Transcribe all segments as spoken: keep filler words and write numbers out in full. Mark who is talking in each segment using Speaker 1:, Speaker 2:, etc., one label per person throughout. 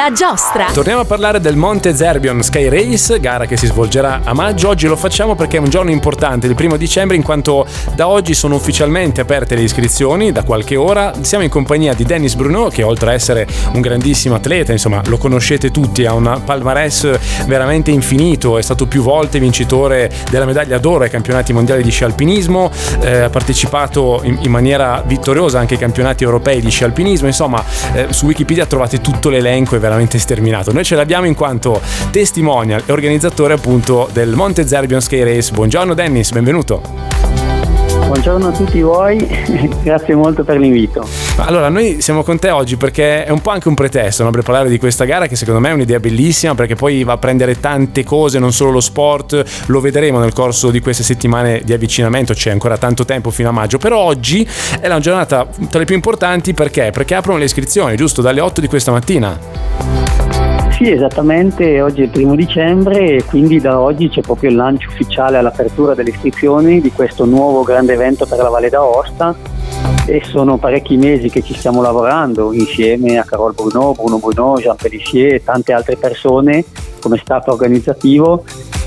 Speaker 1: La giostra.
Speaker 2: Torniamo a parlare del Monte Zerbion Sky Race, gara che si svolgerà a maggio. Oggi lo facciamo perché è un giorno importante, il primo dicembre, in quanto da oggi sono ufficialmente aperte le iscrizioni, da qualche ora. Siamo in compagnia di Denis Bruno, che oltre a essere un grandissimo atleta, insomma lo conoscete tutti, ha un palmarès veramente infinito, è stato più volte vincitore della medaglia d'oro ai campionati mondiali di sci alpinismo, eh, ha partecipato in, in maniera vittoriosa anche ai campionati europei di sci alpinismo. Insomma, eh, su Wikipedia trovate tutto l'elenco, è veramente sterminato. Noi ce l'abbiamo in quanto testimonial e organizzatore appunto del Monte Zerbion Sky Race. Buongiorno Dennis, benvenuto.
Speaker 3: Buongiorno a tutti voi, grazie molto per l'invito.
Speaker 2: Allora, noi siamo con te oggi perché è un po' anche un pretesto, no? Per parlare di questa gara, che secondo me è un'idea bellissima, perché poi va a prendere tante cose, non solo lo sport. Lo vedremo nel corso di queste settimane di avvicinamento, c'è ancora tanto tempo fino a maggio, però oggi è una giornata tra le più importanti. Perché? Perché aprono le iscrizioni, giusto? Dalle otto di questa mattina.
Speaker 3: Sì, esattamente, oggi è il primo dicembre e quindi da oggi c'è proprio il lancio ufficiale all'apertura delle iscrizioni di questo nuovo grande evento per la Valle d'Aosta, e sono parecchi mesi che ci stiamo lavorando insieme a Carole Bruno, Bruno Bruno, Jean Pellissier e tante altre persone come staff organizzativo,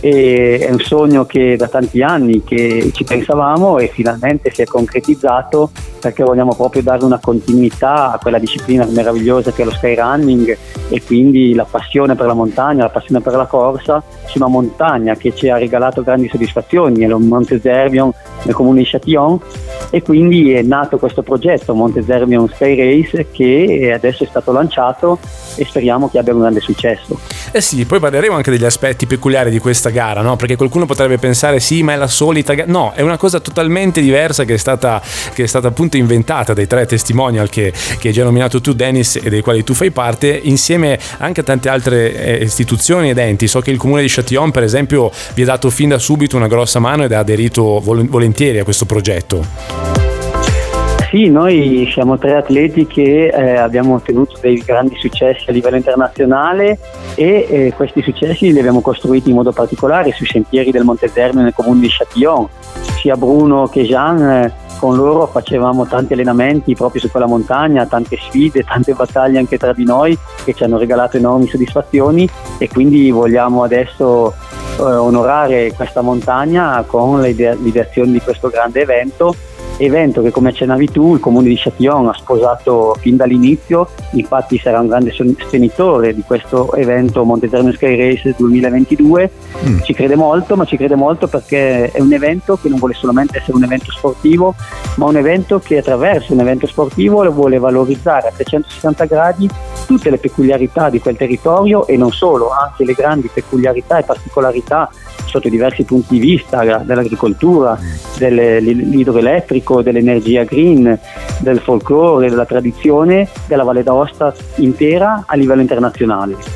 Speaker 3: e è un sogno che da tanti anni che ci pensavamo e finalmente si è concretizzato, perché vogliamo proprio dare una continuità a quella disciplina meravigliosa che è lo skyrunning, e quindi la passione per la montagna, la passione per la corsa su una montagna che ci ha regalato grandi soddisfazioni, è il Monte Zerbion nel comune di Châtillon, e quindi è nato questo progetto Monte Zerbion Sky Race, che adesso è stato lanciato e speriamo che abbia un grande successo.
Speaker 2: Eh sì, poi parleremo anche degli aspetti peculiari di questa gara, no? Perché qualcuno potrebbe pensare sì, ma è la solita gara. No, è una cosa totalmente diversa che è stata, che è stata appunto inventata dai tre testimonial che, che hai già nominato tu, Dennis, e dei quali tu fai parte, insieme anche a tante altre eh, istituzioni ed enti. So che il comune di Châtillon, per esempio, vi ha dato fin da subito una grossa mano ed ha aderito vol- volentieri a questo progetto.
Speaker 3: Sì, noi siamo tre atleti che eh, abbiamo ottenuto dei grandi successi a livello internazionale, e eh, questi successi li abbiamo costruiti in modo particolare sui sentieri del Monte Zerbion nel comune di Châtillon. Sia Bruno che Jean, eh, con loro facevamo tanti allenamenti proprio su quella montagna, tante sfide, tante battaglie anche tra di noi che ci hanno regalato enormi soddisfazioni, e quindi vogliamo adesso eh, onorare questa montagna con l'ideazione di questo grande evento. Evento che, come accennavi tu, il comune di Châtillon ha sposato fin dall'inizio, infatti sarà un grande sostenitore di questo evento Monte Zerbion Sky Race duemilaventidue. Mm. Ci crede molto, ma ci crede molto perché è un evento che non vuole solamente essere un evento sportivo, ma un evento che attraverso un evento sportivo vuole valorizzare a trecentosessanta gradi tutte le peculiarità di quel territorio, e non solo, anche le grandi peculiarità e particolarità sotto diversi punti di vista, dell'agricoltura, dell'idroelettrico, dell'energia green, del folklore, della tradizione della Valle d'Aosta intera a livello internazionale.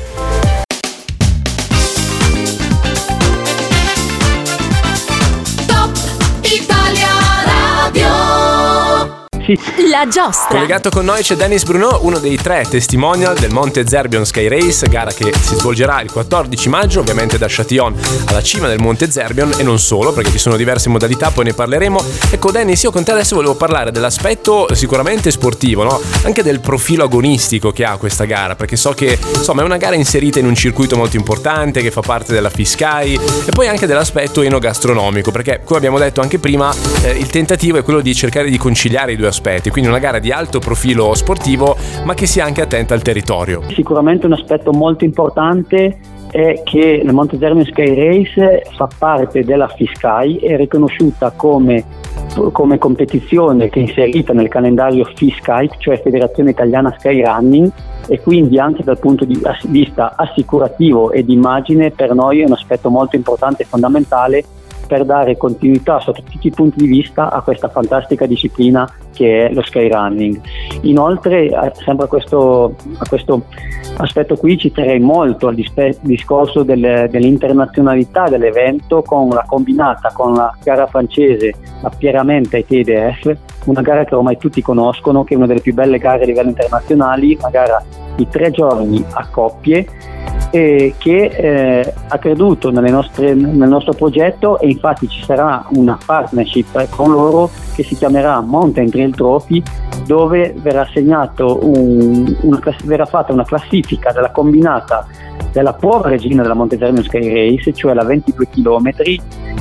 Speaker 3: Sì.
Speaker 1: La giostra.
Speaker 2: Collegato con noi c'è Denis Bruno, uno dei tre testimonial del Monte Zerbion Sky Race, gara che si svolgerà il quattordici maggio, ovviamente da Châtillon alla cima del Monte Zerbion, e non solo, perché ci sono diverse modalità, poi ne parleremo. Ecco Denis, io con te adesso volevo parlare dell'aspetto sicuramente sportivo, no? Anche del profilo agonistico che ha questa gara, perché so che insomma è una gara inserita in un circuito molto importante che fa parte della FISCAI, e poi anche dell'aspetto enogastronomico, perché come abbiamo detto anche prima, eh, il tentativo è quello di cercare di conciliare i due aspetti, quindi una gara di alto profilo sportivo ma che sia anche attenta al territorio.
Speaker 3: Sicuramente un aspetto molto importante è che il Monte Zerbion Sky Race fa parte della FISCAI, è riconosciuta come, come competizione che è inserita nel calendario FISCAI, cioè Federazione Italiana Skyrunning, e quindi anche dal punto di vista assicurativo e di immagine per noi è un aspetto molto importante e fondamentale per dare continuità sotto tutti i punti di vista a questa fantastica disciplina che è lo skyrunning. Inoltre, sempre a questo, a questo aspetto qui ci terrei molto al dispe- discorso del, dell'internazionalità dell'evento, con la combinata con la gara francese, la Pierramente I T D F, una gara che ormai tutti conoscono, che è una delle più belle gare a livello internazionale, una gara di tre giorni a coppie, eh, che eh, ha creduto nelle nostre, nel nostro progetto, e infatti ci sarà una partnership con loro che si chiamerà Mountain Trail Trophy, dove verrà assegnato un, una, verrà fatta una classifica della combinata della prova regina della Monte Zerbion Sky Race, cioè la ventidue chilometri,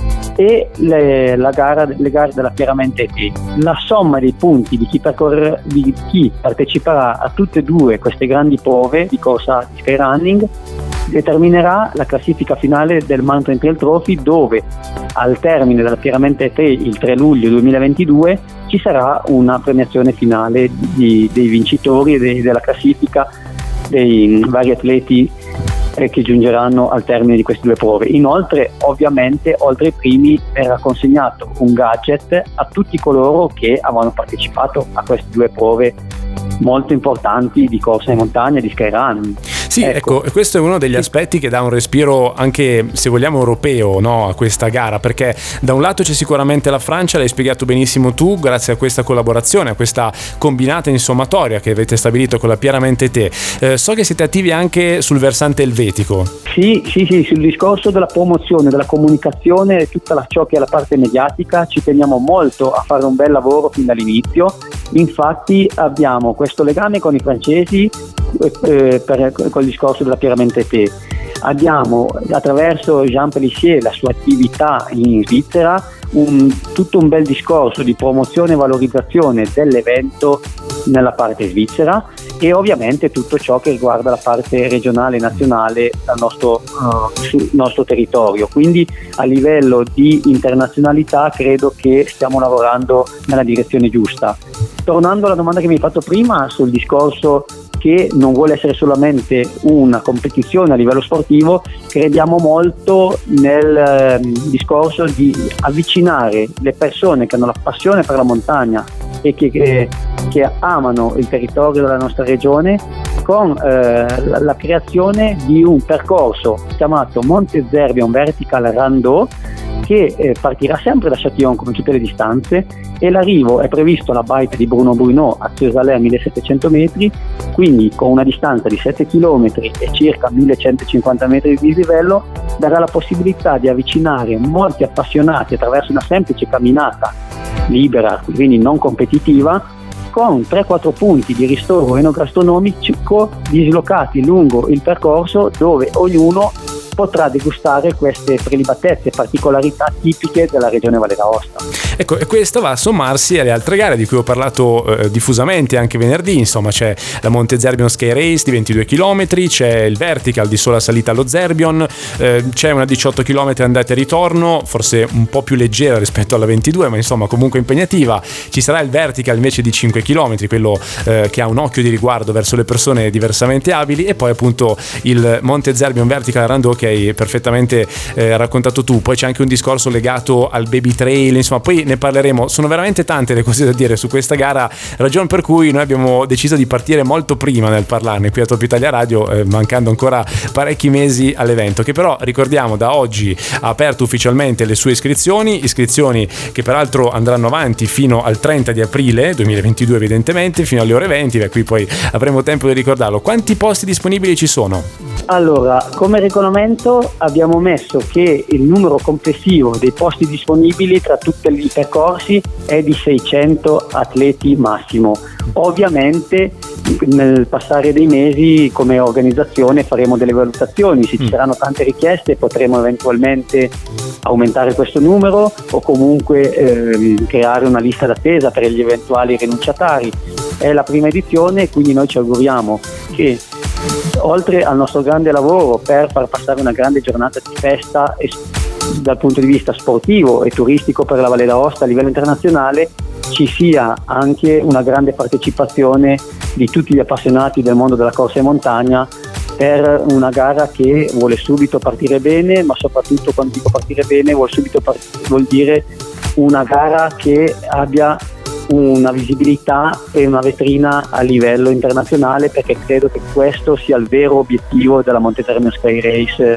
Speaker 3: e le, la gara, le gare della Pieramente E T. La somma dei punti di chi, percorre, di chi parteciperà a tutte e due queste grandi prove di corsa di skyrunning determinerà la classifica finale del Mountain Trail Trophy, dove al termine della Pieramente E T il tre luglio duemilaventidue ci sarà una premiazione finale di, dei vincitori dei, della classifica dei vari atleti eh, che giungeranno al termine di queste due prove. Inoltre, ovviamente, oltre ai primi, verrà consegnato un gadget a tutti coloro che avranno partecipato a queste due prove molto importanti di corsa in montagna, di skyrunning.
Speaker 2: Sì, ecco, ecco, questo è uno degli aspetti che dà un respiro anche, se vogliamo, europeo, no, a questa gara, perché da un lato c'è sicuramente la Francia, l'hai spiegato benissimo tu, grazie a questa collaborazione, a questa combinata insommatoria che avete stabilito con la Pieramente Te. Eh, so che siete attivi anche sul versante elvetico.
Speaker 3: Sì, sì, sì, sul discorso della promozione, della comunicazione e tutta la, ciò che è la parte mediatica, ci teniamo molto a fare un bel lavoro fin dall'inizio. Infatti abbiamo questo legame con i francesi eh, per, col discorso della Pieramente Te. Abbiamo, attraverso Jean Pelissier, la sua attività in Svizzera, un, tutto un bel discorso di promozione e valorizzazione dell'evento nella parte svizzera, e ovviamente tutto ciò che riguarda la parte regionale e nazionale dal nostro, uh, sul nostro territorio. Quindi a livello di internazionalità credo che stiamo lavorando nella direzione giusta. Tornando alla domanda che mi hai fatto prima sul discorso che non vuole essere solamente una competizione a livello sportivo, crediamo molto nel eh, discorso di avvicinare le persone che hanno la passione per la montagna e che, che, che amano il territorio della nostra regione con eh, la, la creazione di un percorso chiamato Monte Zerbion Vertical Rando, che eh, partirà sempre da Châtillon come tutte le distanze, e l'arrivo è previsto alla baita di Bruno Bruno a Zeusalè a millesettecento metri, quindi con una distanza di sette chilometri e circa millecentocinquanta metri di dislivello, darà la possibilità di avvicinare molti appassionati attraverso una semplice camminata libera, quindi non competitiva, con tre quattro punti di ristoro enogastronomico dislocati lungo il percorso, dove ognuno potrà degustare queste prelibatezze e particolarità tipiche della regione Valle d'Aosta.
Speaker 2: Ecco, e questo va a sommarsi alle altre gare di cui ho parlato eh, diffusamente anche venerdì. Insomma, c'è la Monte Zerbion Sky Race di ventidue chilometri, c'è il Vertical di sola salita allo Zerbion, eh, c'è una diciotto chilometri andata e ritorno, forse un po' più leggera rispetto alla ventidue, ma insomma comunque impegnativa. Ci sarà il Vertical invece di cinque chilometri, quello eh, che ha un occhio di riguardo verso le persone diversamente abili, e poi appunto il Monte Zerbion Vertical Rando che hai perfettamente eh, raccontato tu. Poi c'è anche un discorso legato al baby trail, insomma poi ne parleremo. Sono veramente tante le cose da dire su questa gara, ragione per cui noi abbiamo deciso di partire molto prima nel parlarne qui a Top Italia Radio, eh, mancando ancora parecchi mesi all'evento, che però ricordiamo da oggi ha aperto ufficialmente le sue iscrizioni, iscrizioni che peraltro andranno avanti fino al trenta di aprile duemilaventidue, evidentemente fino alle ore venti, e qui poi avremo tempo di ricordarlo. Quanti posti disponibili ci sono?
Speaker 3: Allora, come regolamento abbiamo messo che il numero complessivo dei posti disponibili tra tutti i percorsi è di seicento atleti massimo. Ovviamente nel passare dei mesi come organizzazione faremo delle valutazioni, se ci saranno tante richieste potremo eventualmente aumentare questo numero o comunque ehm, creare una lista d'attesa per gli eventuali rinunciatari. È la prima edizione, quindi noi ci auguriamo che oltre al nostro grande lavoro per far passare una grande giornata di festa e dal punto di vista sportivo e turistico per la Valle d'Aosta a livello internazionale, ci sia anche una grande partecipazione di tutti gli appassionati del mondo della corsa in montagna per una gara che vuole subito partire bene, ma soprattutto quando dico partire bene vuol subito part- vuol dire una gara che abbia una visibilità e una vetrina a livello internazionale, perché credo che questo sia il vero obiettivo della Monte Zerbion Sky Race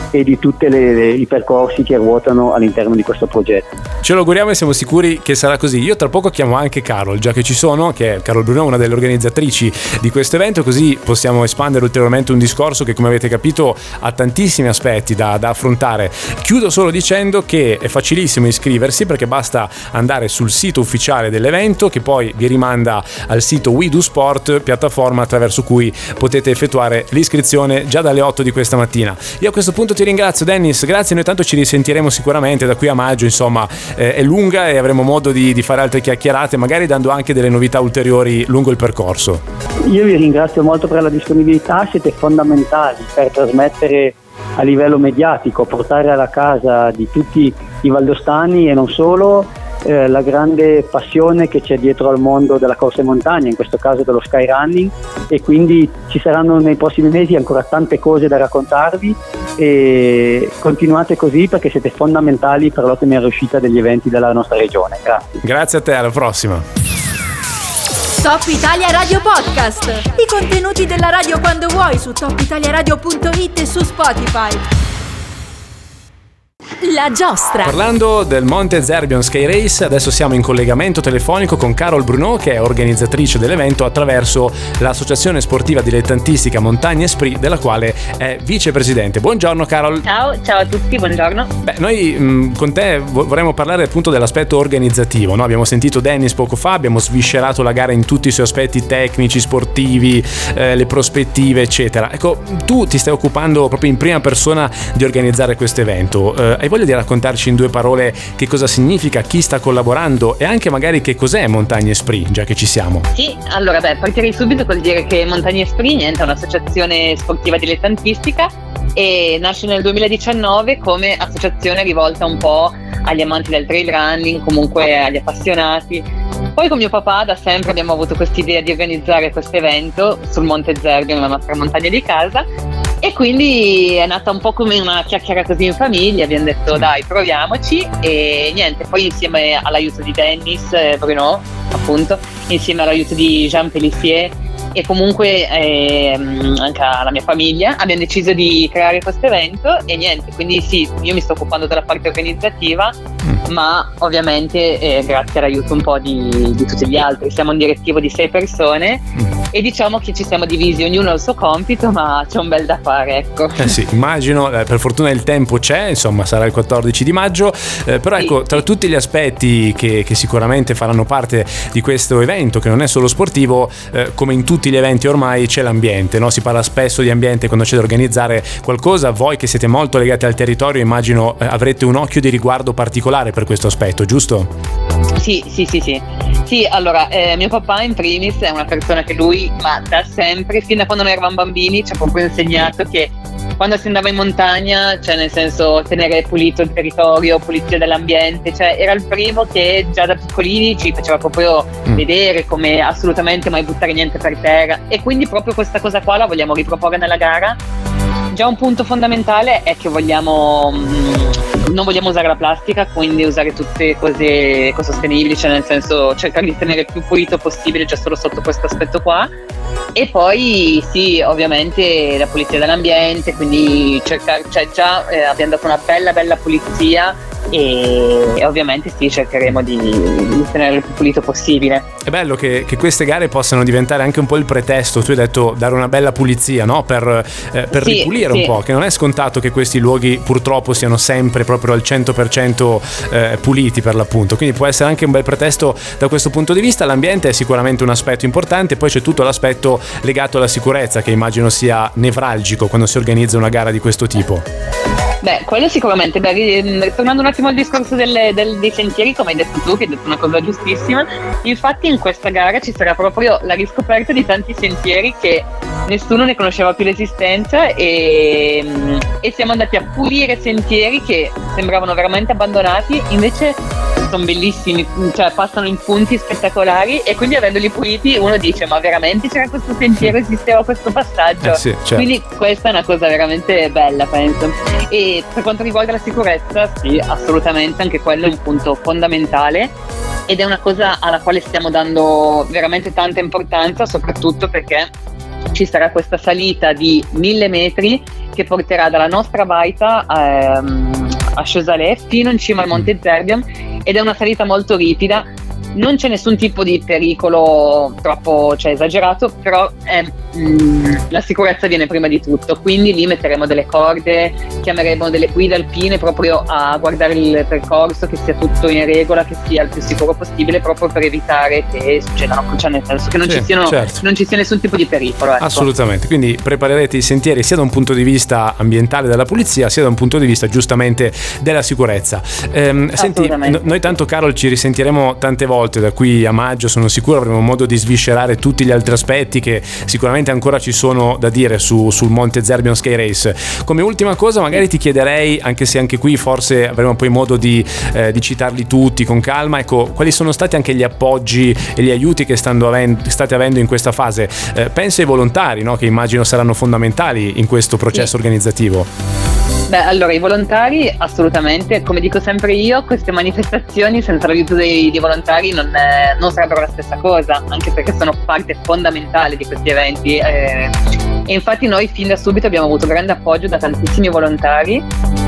Speaker 3: e di tutti i percorsi che ruotano all'interno di questo progetto.
Speaker 2: Ce lo auguriamo e siamo sicuri che sarà così. Io tra poco chiamo anche Carol, già che ci sono, che è Carol Bruno, una delle organizzatrici di questo evento, così possiamo espandere ulteriormente un discorso che, come avete capito, ha tantissimi aspetti da, da affrontare. Chiudo solo dicendo che è facilissimo iscriversi, perché basta andare sul sito ufficiale dell'evento, che poi vi rimanda al sito We Do Sport, piattaforma attraverso cui potete effettuare l'iscrizione già dalle otto di questa mattina. Io a questo punto ti ringrazio, Dennis, grazie, noi tanto ci risentiremo sicuramente da qui a maggio, insomma eh, è lunga e avremo modo di, di fare altre chiacchierate, magari dando anche delle novità ulteriori lungo il percorso.
Speaker 3: Io vi ringrazio molto per la disponibilità, siete fondamentali per trasmettere a livello mediatico, portare alla casa di tutti i valdostani e non solo eh, la grande passione che c'è dietro al mondo della corsa in montagna, in questo caso dello skyrunning, e quindi ci saranno nei prossimi mesi ancora tante cose da raccontarvi e continuate così perché siete fondamentali per l'ottima riuscita degli eventi della nostra regione. Grazie.
Speaker 2: Grazie a te, alla prossima.
Speaker 1: Top Italia Radio Podcast. I contenuti della radio quando vuoi su top italia radio punto it e su Spotify. La giostra.
Speaker 2: Parlando del Monte Zerbion Sky Race, adesso siamo in collegamento telefonico con Carol Bruno, che è organizzatrice dell'evento attraverso l'associazione sportiva dilettantistica Montagne Esprit, della quale è vicepresidente. Buongiorno Carol.
Speaker 4: Ciao, ciao a tutti, buongiorno.
Speaker 2: Beh, noi mh, con te vorremmo parlare appunto dell'aspetto organizzativo, no? Abbiamo sentito Dennis poco fa, abbiamo sviscerato la gara in tutti i suoi aspetti tecnici, sportivi, eh, le prospettive, eccetera. Ecco, tu ti stai occupando proprio in prima persona di organizzare questo evento. Eh, hai voglia di raccontarci in due parole che cosa significa, chi sta collaborando e anche magari che cos'è Montagne Esprit, già che ci siamo?
Speaker 4: Sì, allora beh, partirei subito col dire che Montagne Esprit niente, è un'associazione sportiva dilettantistica e nasce nel duemiladiciannove come associazione rivolta un po' agli amanti del trail running, comunque agli appassionati. Poi con mio papà da sempre abbiamo avuto quest'idea di organizzare questo evento sul Monte Zerbion, la nostra montagna di casa, e quindi è nata un po' come una chiacchiera così in famiglia, abbiamo detto dai proviamoci e niente, poi insieme all'aiuto di Dennis eh, Bruno, appunto, insieme all'aiuto di Jean Pellissier e comunque ehm, anche alla mia famiglia abbiamo deciso di creare questo evento e niente, quindi sì, io mi sto occupando della parte organizzativa, mm. ma ovviamente eh, grazie all'aiuto un po' di, di tutti gli altri. Siamo un direttivo di sei persone mm. e diciamo che ci siamo divisi, ognuno ha il suo compito, ma c'è un bel da fare, ecco.
Speaker 2: Eh sì, immagino, eh, per fortuna il tempo c'è, insomma sarà il quattordici di maggio, eh, però ecco, tra tutti gli aspetti che, che sicuramente faranno parte di questo evento, che non è solo sportivo, eh, come in tutti gli eventi ormai c'è l'ambiente, no? Si parla spesso di ambiente quando c'è da organizzare qualcosa. Voi che siete molto legati al territorio, immagino eh, avrete un occhio di riguardo particolare per questo aspetto, giusto?
Speaker 4: Sì, sì, sì, sì. Sì, allora, eh, mio papà in primis è una persona che lui, ma da sempre, fin da quando noi eravamo bambini, ci ha proprio insegnato che quando si andava in montagna, cioè nel senso tenere pulito il territorio, pulizia dell'ambiente, cioè era il primo che già da piccolini ci faceva proprio mm. vedere come assolutamente mai buttare niente per terra, e quindi proprio questa cosa qua la vogliamo riproporre nella gara. Già un punto fondamentale è che vogliamo mh, non vogliamo usare la plastica, quindi usare tutte cose ecosostenibili, cioè nel senso cercare di tenere il più pulito possibile già solo sotto questo aspetto qua. E poi sì, ovviamente la pulizia dell'ambiente, quindi cercare, cioè già eh, abbiamo dato una bella bella pulizia e, e ovviamente sì, cercheremo di, di tenere il più pulito possibile.
Speaker 2: È bello che, che queste gare possano diventare anche un po' il pretesto, tu hai detto dare una bella pulizia, no? Per, eh, per
Speaker 4: sì,
Speaker 2: ripulire
Speaker 4: sì.
Speaker 2: un po', che non è scontato che questi luoghi purtroppo siano sempre proprio al cento per cento eh, puliti per l'appunto, quindi può essere anche un bel pretesto da questo punto di vista. L'ambiente è sicuramente un aspetto importante, poi c'è tutto l'aspetto legato alla sicurezza che immagino sia nevralgico quando si organizza una gara di questo tipo.
Speaker 4: Beh, quello sicuramente. Beh, tornando un attimo al discorso delle, del, dei sentieri, come hai detto tu, che hai detto una cosa giustissima, infatti in questa gara ci sarà proprio la riscoperta di tanti sentieri che nessuno ne conosceva più l'esistenza e, e siamo andati a pulire sentieri che sembravano veramente abbandonati, invece sono bellissimi, cioè passano in punti spettacolari e quindi avendoli puliti uno dice ma veramente c'era questo sentiero, esisteva questo passaggio,
Speaker 2: eh sì, certo.
Speaker 4: Quindi questa è una cosa veramente bella, penso. E per quanto riguarda la sicurezza, sì, assolutamente, anche quello è un punto fondamentale ed è una cosa alla quale stiamo dando veramente tanta importanza, soprattutto perché ci sarà questa salita di mille metri che porterà dalla nostra baita ehm, a Chosalé fino in cima al Monte Zerbium, ed è una salita molto ripida. Non c'è nessun tipo di pericolo troppo cioè, esagerato, però è, mh, la sicurezza viene prima di tutto, quindi lì metteremo delle corde, chiameremo delle guide alpine proprio a guardare il percorso, che sia tutto in regola, che sia il più sicuro possibile, proprio per evitare che succedano, cioè nel senso che non, sì, ci, siano, certo. non ci sia nessun tipo di pericolo. Ecco.
Speaker 2: Assolutamente, quindi preparerete i sentieri sia da un punto di vista ambientale della polizia, sia da un punto di vista giustamente della sicurezza. Ehm, senti, no, noi tanto Carol ci risentiremo tante volte da qui a maggio, sono sicuro avremo modo di sviscerare tutti gli altri aspetti che sicuramente ancora ci sono da dire su, sul Monte Zerbium Sky Race. Come ultima cosa magari ti chiederei, anche se anche qui forse avremo poi modo di, eh, di citarli tutti con calma, ecco, quali sono stati anche gli appoggi e gli aiuti che stanno avendo, state avendo in questa fase? Eh, penso ai volontari, no? Che immagino saranno fondamentali in questo processo sì. organizzativo.
Speaker 4: Beh, allora i volontari assolutamente, come dico sempre io, queste manifestazioni senza l'aiuto dei, dei volontari non, è, non sarebbero la stessa cosa, anche perché sono parte fondamentale di questi eventi eh, e infatti noi fin da subito abbiamo avuto grande appoggio da tantissimi volontari.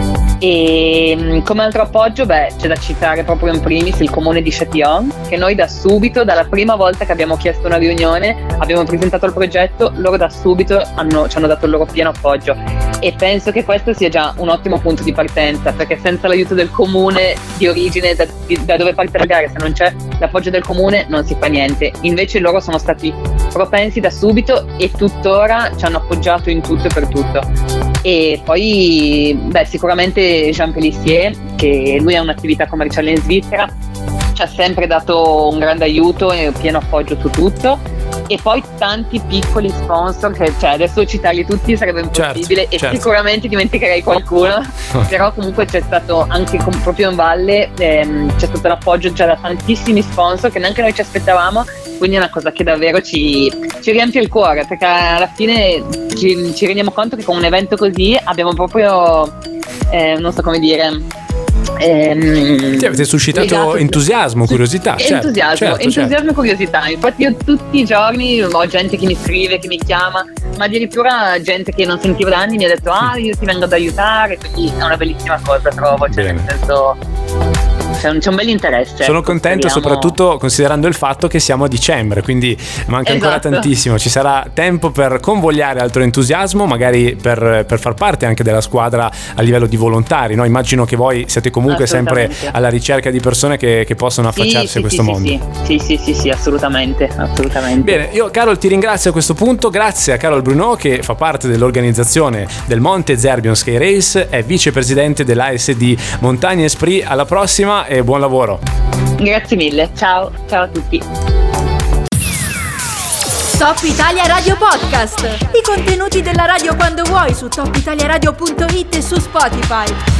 Speaker 4: E come altro appoggio beh, c'è da citare proprio in primis il comune di Châtillon, che noi da subito, dalla prima volta che abbiamo chiesto una riunione, abbiamo presentato il progetto, loro da subito hanno, ci hanno dato il loro pieno appoggio, e penso che questo sia già un ottimo punto di partenza, perché senza l'aiuto del comune di origine, da, da dove parte la gara, se non c'è l'appoggio del comune non si fa niente. Invece loro sono stati propensi da subito e tuttora ci hanno appoggiato in tutto e per tutto. E poi beh, sicuramente Jean Pellissier, che lui ha un'attività commerciale in Svizzera, ci ha sempre dato un grande aiuto e pieno appoggio su tutto. E poi tanti piccoli sponsor che cioè adesso citarli tutti sarebbe impossibile, certo, e certo. sicuramente dimenticherei qualcuno però comunque c'è stato anche com- proprio in valle ehm, c'è stato l'appoggio già da tantissimi sponsor che neanche noi ci aspettavamo, quindi è una cosa che davvero ci, ci riempie il cuore, perché alla fine ci, ci rendiamo conto che con un evento così abbiamo proprio eh, non so come dire Ehm,
Speaker 2: sì, avete suscitato legato, entusiasmo, curiosità.
Speaker 4: Certo, entusiasmo, certo, entusiasmo certo. e curiosità. Infatti io tutti i giorni ho gente che mi scrive, che mi chiama, ma addirittura gente che non sentivo da anni mi ha detto ah io ti vengo ad aiutare, quindi è una bellissima cosa, trovo, cioè nel senso c'è un, c'è un bel interesse.
Speaker 2: Sono contento speriamo... soprattutto considerando il fatto che siamo a dicembre, quindi manca esatto. ancora tantissimo, ci sarà tempo per convogliare altro entusiasmo, magari per, per far parte anche della squadra a livello di volontari, no? Immagino che voi siete comunque sempre alla ricerca di persone che, che possono affacciarsi sì, a questo
Speaker 4: sì,
Speaker 2: mondo.
Speaker 4: Sì, sì, sì, sì, assolutamente, assolutamente.
Speaker 2: Bene, io Carol ti ringrazio a questo punto, grazie a Carol Bruneau che fa parte dell'organizzazione del Monte Zerbium Sky Race, è vicepresidente dell'A S D Montagne Esprit. Alla prossima e buon lavoro.
Speaker 4: Grazie mille, ciao, ciao a tutti.
Speaker 1: Top Italia Radio Podcast. I contenuti della radio quando vuoi su top italia radio punto it e su Spotify.